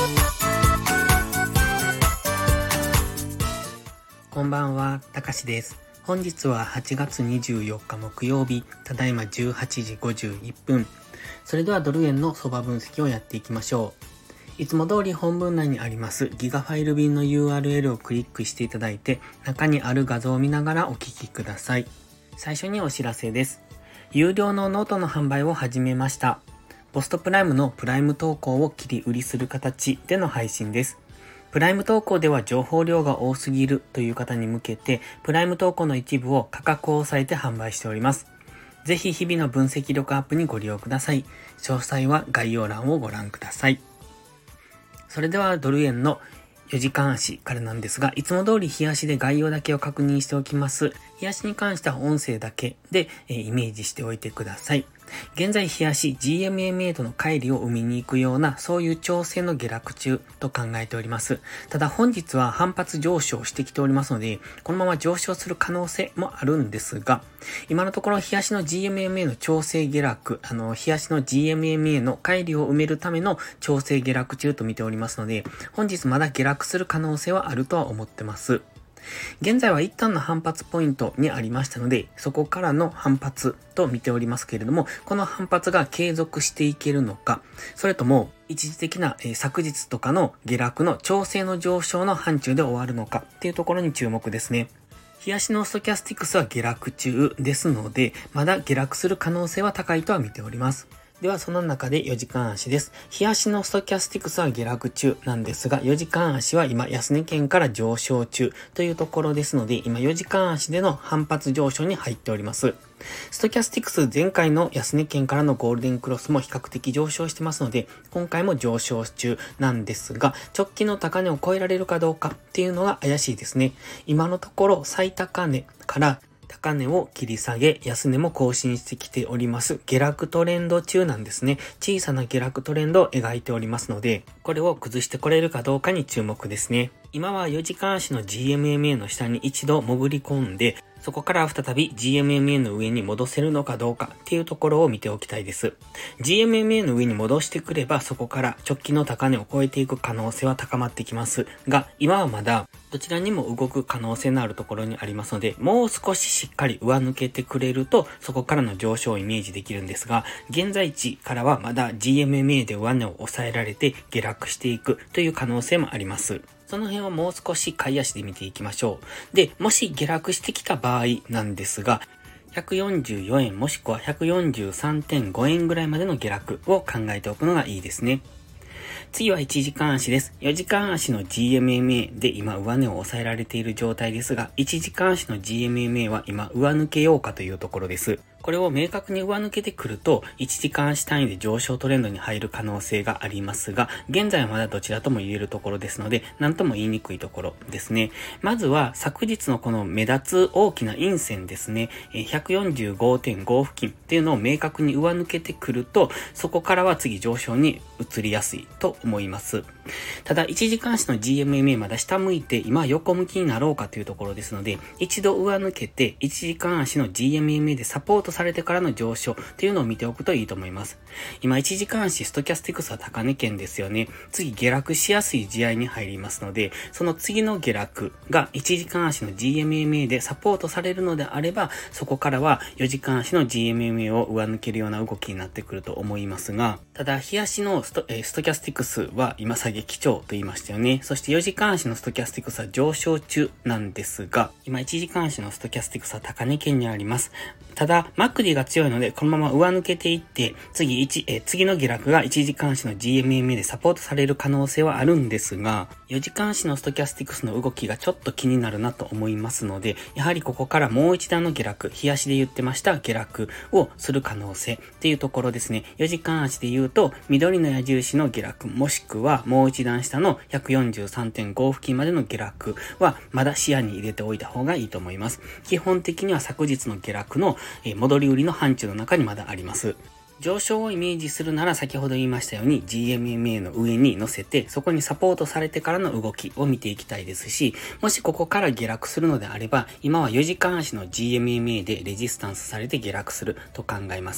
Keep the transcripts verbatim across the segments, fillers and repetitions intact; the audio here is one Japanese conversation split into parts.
こんばんは、たかしです。本日ははちがつにじゅうよっか木曜日、ただいまじゅうはちじごじゅういっぷん。それではドル円の相場分析をやっていきましょう。いつも通り本文内にありますギガファイル便の ユーアールエル をクリックしていただいて、中にある画像を見ながらお聞きください。最初にお知らせです。有料のノートの販売を始めました。ポストプライムのプライム投稿を切り売りする形での配信です。プライム投稿では情報量が多すぎるという方に向けて、プライム投稿の一部を価格を抑えて販売しております。ぜひ日々の分析力アップにご利用ください。詳細は概要欄をご覧ください。それではドル円のよじかん足からなんですが、いつも通り日足で概要だけを確認しておきます。日足に関しては音声だけで、えー、イメージしておいてください。現在日足 ジーエムエムエー との乖離を生みに行くようなそういう調整の下落中と考えております。ただ本日は反発上昇してきておりますので、このまま上昇する可能性もあるんですが、今のところ日足の ジーエムエムエー の調整下落、あの日足の ジーエムエムエー の乖離を埋めるための調整下落中と見ておりますので、本日まだ下落する可能性はあるとは思ってます。現在は一旦の反発ポイントにありましたので、そこからの反発と見ておりますけれども、この反発が継続していけるのか、それとも一時的な、えー、昨日とかの下落の調整の上昇の範疇で終わるのかっていうところに注目ですね。日足のストキャスティクスは下落中ですので、まだ下落する可能性は高いとは見ております。ではその中でよじかん足です。日足のストキャスティクスは下落中なんですが、よじかん足は今安値圏から上昇中というところですので、今よじかん足での反発上昇に入っております。ストキャスティクス前回の安値圏からのゴールデンクロスも比較的上昇してますので、今回も上昇中なんですが、直近の高値を超えられるかどうかっていうのが怪しいですね。今のところ最高値から高値を切り下げ、安値も更新してきております。下落トレンド中なんですね。小さな下落トレンドを描いておりますので、これを崩してこれるかどうかに注目ですね。今はよじかん足の ジーエムエムエー の下に一度潜り込んで、そこから再び ジーエムエムエー の上に戻せるのかどうかっていうところを見ておきたいです。ジーエムエムエー の上に戻してくれば、そこから直近の高値を超えていく可能性は高まってきますが、今はまだどちらにも動く可能性のあるところにありますので、もう少ししっかり上抜けてくれると、そこからの上昇をイメージできるんですが、現在地からはまだ ジーエムエムエー で上値を抑えられて下落していくという可能性もあります。その辺はもう少し買い足で見ていきましょう。で、もし下落してきた場合なんですが、ひゃくよんじゅうよえんもしくは ひゃくよんじゅうさんてんごえんぐらいまでの下落を考えておくのがいいですね。次はいちじかん足です。よじかん足の ジーエムエムエー で今上値を抑えられている状態ですが、いちじかん足の ジーエムエムエー は今上抜けようかというところです。これを明確に上抜けてくると、いちじかん足単位で上昇トレンドに入る可能性がありますが、現在はまだどちらとも言えるところですので、何とも言いにくいところですね。まずは昨日のこの目立つ大きな陰線ですね、ひゃくよんじゅうごてんご 付近っていうのを明確に上抜けてくると、そこからは次上昇に移りやすいと思います。ただいちじかん足の ジーエムエムエー まだ下向いて今横向きになろうかというところですので、一度上抜けていちじかん足の ジーエムエムエー でサポートされてからの上昇っていうのを見ておくといいと思います。今いちじかん足ストキャスティクスは高値圏ですよね。次下落しやすい試合に入りますので、その次の下落がいちじかん足の ジーエムエムエー でサポートされるのであれば、そこからはよじかん足の ジーエムエムエー を上抜けるような動きになってくると思いますが、ただ日足のスト、えー、ストキャスティクスは今下げ基調と言いましたよね。そしてよじかん足のストキャスティクスは上昇中なんですが、今いちじかん足のストキャスティクスは高値圏にあります。ただ、マクディが強いので、このまま上抜けていって、次1、え、次の下落がいちじかん足の ジーエムエムエー でサポートされる可能性はあるんですが、よじかん足のストキャスティクスの動きがちょっと気になるなと思いますので、やはりここからもう一段の下落、日足で言ってました下落をする可能性っていうところですね。よじかん足で言うと、緑の矢印の下落、もしくはもう一段下の ひゃくよんじゅうさんてんご 付近までの下落は、まだ視野に入れておいた方がいいと思います。基本的には昨日の下落の、えー、戻り売りの範疇の中にまだあります。上昇をイメージするなら先ほど言いましたように ジーエムエムエー の上に乗せてそこにサポートされてからの動きを見ていきたいですし、もしここから下落するのであれば今はよじかん足の ジーエムエムエー でレジスタンスされて下落すると考えます。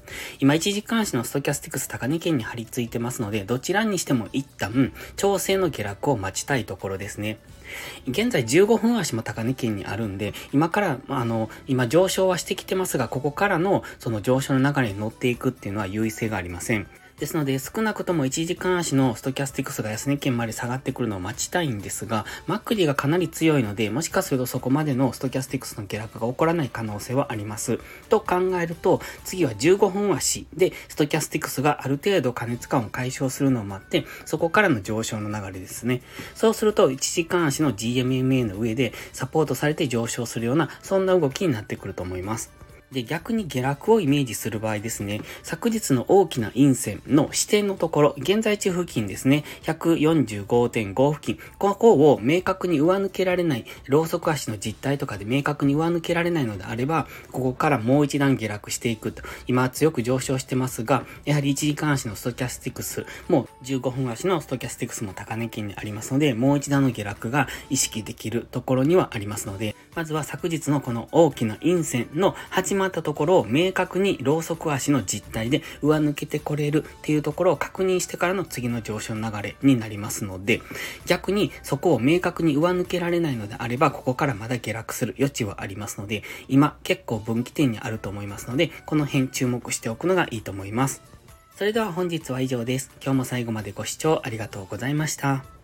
今いちじかん足のストキャスティクス高値圏に張り付いてますので、どちらにしても一旦調整の下落を待ちたいところですね。現在じゅうごふん足も高値圏にあるんで、今から、あの、今上昇はしてきてますが、ここからのその上昇の流れに乗っていくっていうのは優位性がありません。ですので、少なくともいちじかん足のストキャスティクスが安値圏まで下がってくるのを待ちたいんですが、マックディがかなり強いので、もしかするとそこまでのストキャスティクスの下落が起こらない可能性はあります。と考えると、次はじゅうごふん足でストキャスティクスがある程度過熱感を解消するのを待って、そこからの上昇の流れですね。そうすると、いちじかん足の ジーエムエムエー の上でサポートされて上昇するような、そんな動きになってくると思います。で、逆に下落をイメージする場合ですね、昨日の大きな陰線の支点のところ、現在地付近ですね、ひゃくよんじゅうごてんご 付近、ここを明確に上抜けられない、ローソク足の実態とかで明確に上抜けられないのであれば、ここからもう一段下落していくと。今強く上昇してますが、やはりいちじかん足のストキャスティクスもじゅうごふん足のストキャスティクスも高値圏にありますので、もう一段の下落が意識できるところにはありますので、まずは昨日のこの大きな陰線の始まったところを明確にローソク足の実態で上抜けてこれるっていうところを確認してからの次の上昇の流れになりますので、逆にそこを明確に上抜けられないのであれば、ここからまだ下落する余地はありますので、今結構分岐点にあると思いますので、この辺注目しておくのがいいと思います。それでは本日は以上です。今日も最後までご視聴ありがとうございました。